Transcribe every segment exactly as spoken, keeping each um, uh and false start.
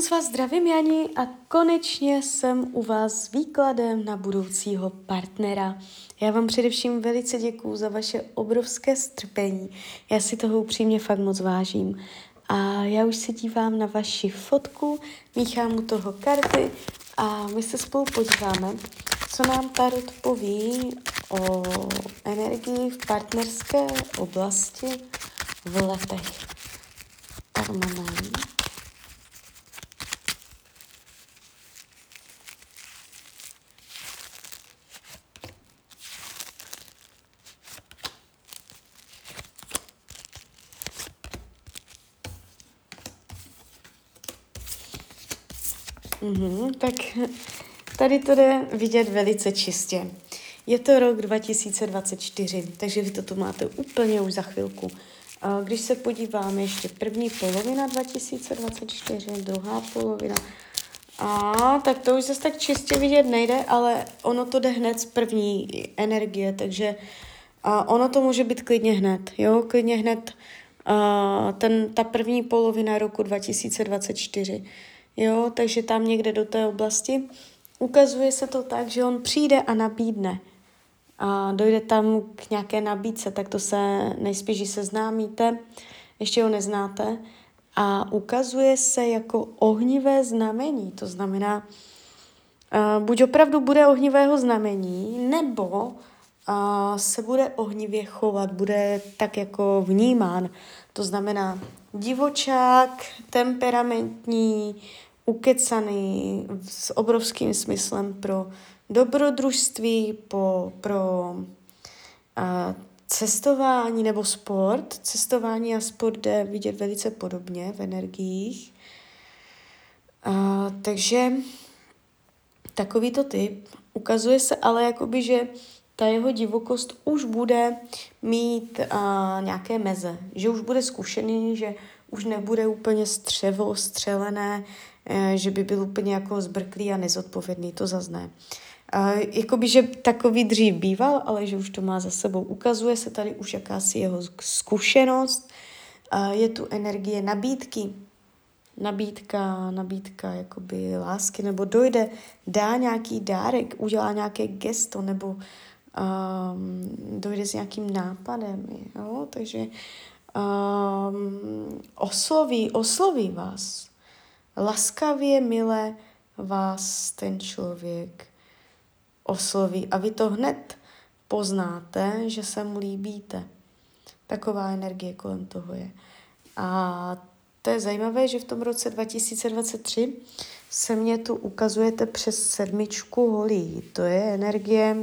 moc vás zdravím, Jani, a konečně jsem u vás s výkladem na budoucího partnera. Já vám především velice děkuju za vaše obrovské strpení. Já si toho upřímně fakt moc vážím. A já už se dívám na vaši fotku, míchám u toho karty a my se spolu podíváme, co nám Tarot poví o energii v partnerské oblasti v letech. Tak moment. Mm-hmm, tak tady to jde vidět velice čistě. Je to rok dva tisíce dvacet čtyři, takže vy to tu máte úplně už za chvilku. Když se podíváme ještě první polovina dva tisíce dvacet čtyři, druhá polovina, a tak to už zase tak čistě vidět nejde, ale ono to jde hned z první energie, takže a ono to může být klidně hned, jo, klidně hned a ten, ta první polovina roku dva tisíce dvacet čtyři. Jo, takže tam někde do té oblasti ukazuje se to tak, že on přijde a nabídne. A dojde tam k nějaké nabídce, tak to se nejspíš, že seznámíte, ještě ho neznáte. A ukazuje se jako ohnivé znamení, to znamená, uh, buď opravdu bude ohnivého znamení, nebo uh, se bude ohnivě chovat, bude tak jako vnímán. To znamená divočák, temperamentní, ukecaný, s obrovským smyslem pro dobrodružství, po, pro uh, cestování nebo sport. Cestování a sport jde vidět velice podobně v energiích. Uh, takže takovýto typ ukazuje se ale jakoby, že ta jeho divokost už bude mít uh, nějaké meze, že už bude zkušený, že už nebude úplně střevo, střelené, eh, že by byl úplně jako zbrklý a nezodpovědný, to zas ne. Uh, jakoby, že takový dřív býval, ale že už to má za sebou. Ukazuje se tady už jakási jeho zkušenost, uh, je tu energie nabídky, nabídka, nabídka jakoby lásky, nebo dojde, dá nějaký dárek, udělá nějaké gesto, nebo um, dojde s nějakým nápadem, jo, takže um, osloví, osloví vás, laskavě, milé vás ten člověk osloví a vy to hned poznáte, že se mu líbíte. Taková energie kolem toho je. A to je zajímavé, že v tom roce dva tisíce dvacet tři se mně tu ukazujete přes sedmičku holí. To je energie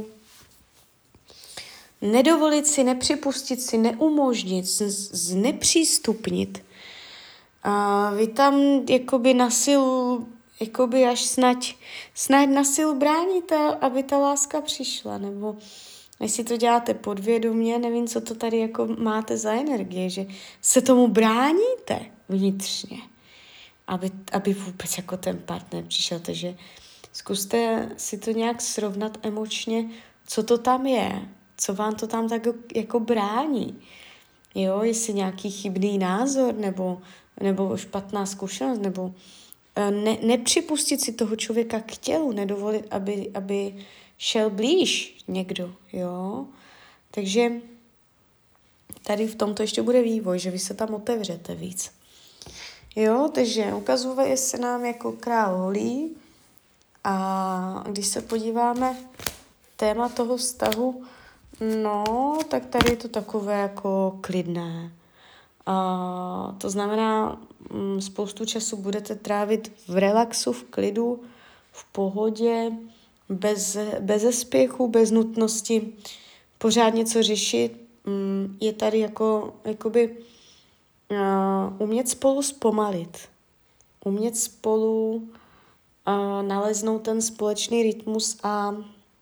nedovolit si, nepřipustit si, neumožnit, znepřístupnit. A vy tam jakoby na silu, jakoby až snad, snad na silu bráníte, aby ta láska přišla, nebo jestli to děláte podvědomě, nevím, co to tady jako máte za energie, že se tomu bráníte vnitřně, aby, aby vůbec jako ten partner přišel. Takže zkuste si to nějak srovnat emočně, co to tam je, co vám to tam tak jako brání. Jo, jestli nějaký chybný názor, nebo, nebo špatná zkušenost, nebo ne, nepřipustit si toho člověka k tělu, nedovolit, aby, aby šel blíž někdo, jo. Takže tady v tomto ještě bude vývoj, že vy se tam otevřete víc. Jo, takže ukazuje se nám jako král holí a když se podíváme téma toho vztahu, no, tak tady je to takové jako klidné. A to znamená, m, spoustu času budete trávit v relaxu, v klidu, v pohodě, bez, bez spěchu, bez nutnosti pořád něco řešit. M, je tady jako, jakoby uh, umět spolu zpomalit. Umět spolu uh, naleznout ten společný rytmus a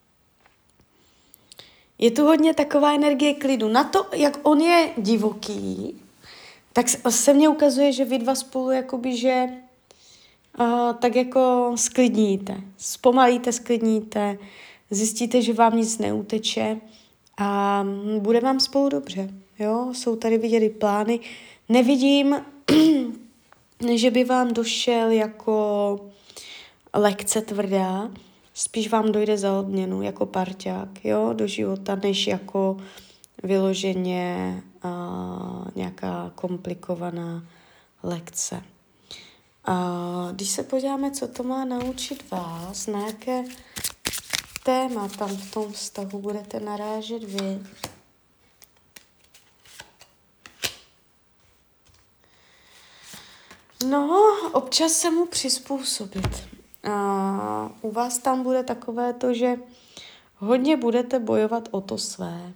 je tu hodně taková energie klidu. Na to, jak on je divoký, tak se mně ukazuje, že vy dva spolu jakoby, že uh, tak jako sklidníte. Zpomalíte, sklidníte, zjistíte, že vám nic neuteče a bude vám spolu dobře. Jo? Jsou tady vidět i plány. Nevidím že by vám došel jako lekce tvrdá, spíš vám dojde za odměnu jako parťák, jo, do života, než jako vyloženě a, nějaká komplikovaná lekce. A když se podíváme, co to má naučit vás, na jaké téma tam v tom vztahu budete narážet vy. No, občas se mu přizpůsobit. A u vás tam bude takové to, že hodně budete bojovat o to své.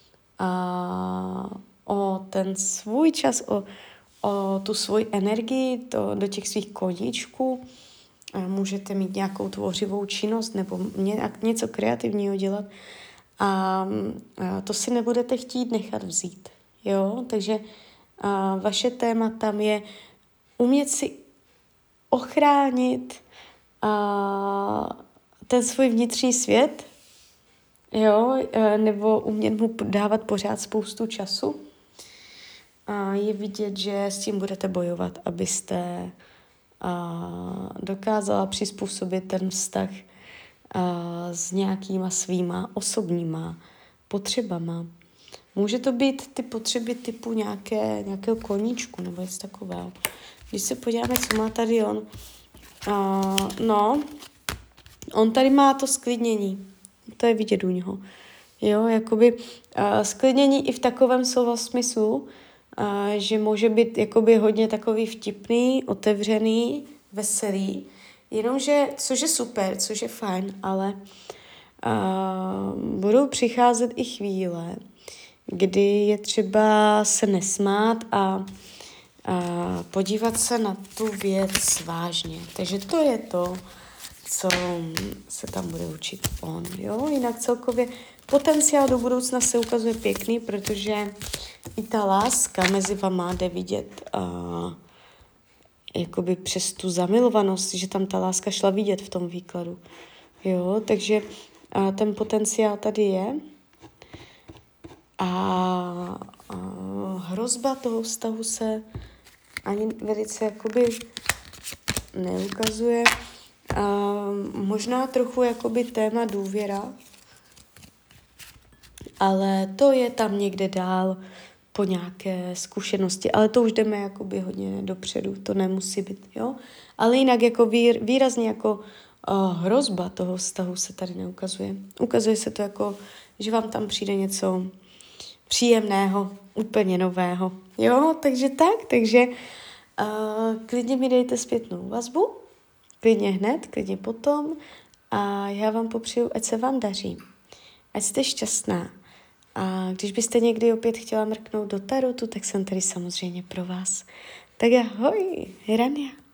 A o ten svůj čas, o, o tu svoji energii to, do těch svých koníčků. A můžete mít nějakou tvořivou činnost nebo nějak, něco kreativního dělat. A, a to si nebudete chtít nechat vzít. Jo? Takže a vaše téma tam je umět si ochránit a, ten svůj vnitřní svět, jo, nebo umět mu dávat pořád spoustu času. A je vidět, že s tím budete bojovat, abyste a, dokázala přizpůsobit ten vztah a, s nějakýma svýma osobníma potřebama. Může to být ty potřeby typu nějaké, nějakého koníčku nebo něco takového. Když se podíváme, co má tady on. Uh, no, on tady má to sklidnění. To je vidět u něho. Jo, jakoby uh, sklidnění i v takovém slova smyslu, uh, že může být jakoby hodně takový vtipný, otevřený, veselý. Jenomže, což je super, což je fajn, ale uh, budou přicházet i chvíle, kdy je třeba se nesmát a a podívat se na tu věc vážně. Takže to je to, co se tam bude učit on. Jo? Jinak celkově potenciál do budoucna se ukazuje pěkný, protože i ta láska mezi vama jde vidět a, jakoby přes tu zamilovanost, že tam ta láska šla vidět v tom výkladu. Jo? Takže a ten potenciál tady je. A, a hrozba toho vztahu se ani velice jakoby neukazuje. A možná trochu jakoby téma důvěra, ale to je tam někde dál po nějaké zkušenosti, ale to už jdeme jakoby hodně dopředu, to nemusí být, jo. Ale jinak jako výr, výrazně jako uh, hrozba toho vztahu se tady neukazuje. Ukazuje se to jako, že vám tam přijde něco příjemného, úplně nového. Jo, takže tak, takže uh, klidně mi dejte zpětnou vazbu, klidně hned, klidně potom a já vám popřeju, ať se vám daří, ať jste šťastná. A když byste někdy opět chtěla mrknout do tarotu, tak jsem tady samozřejmě pro vás. Tak ahoj, Rania.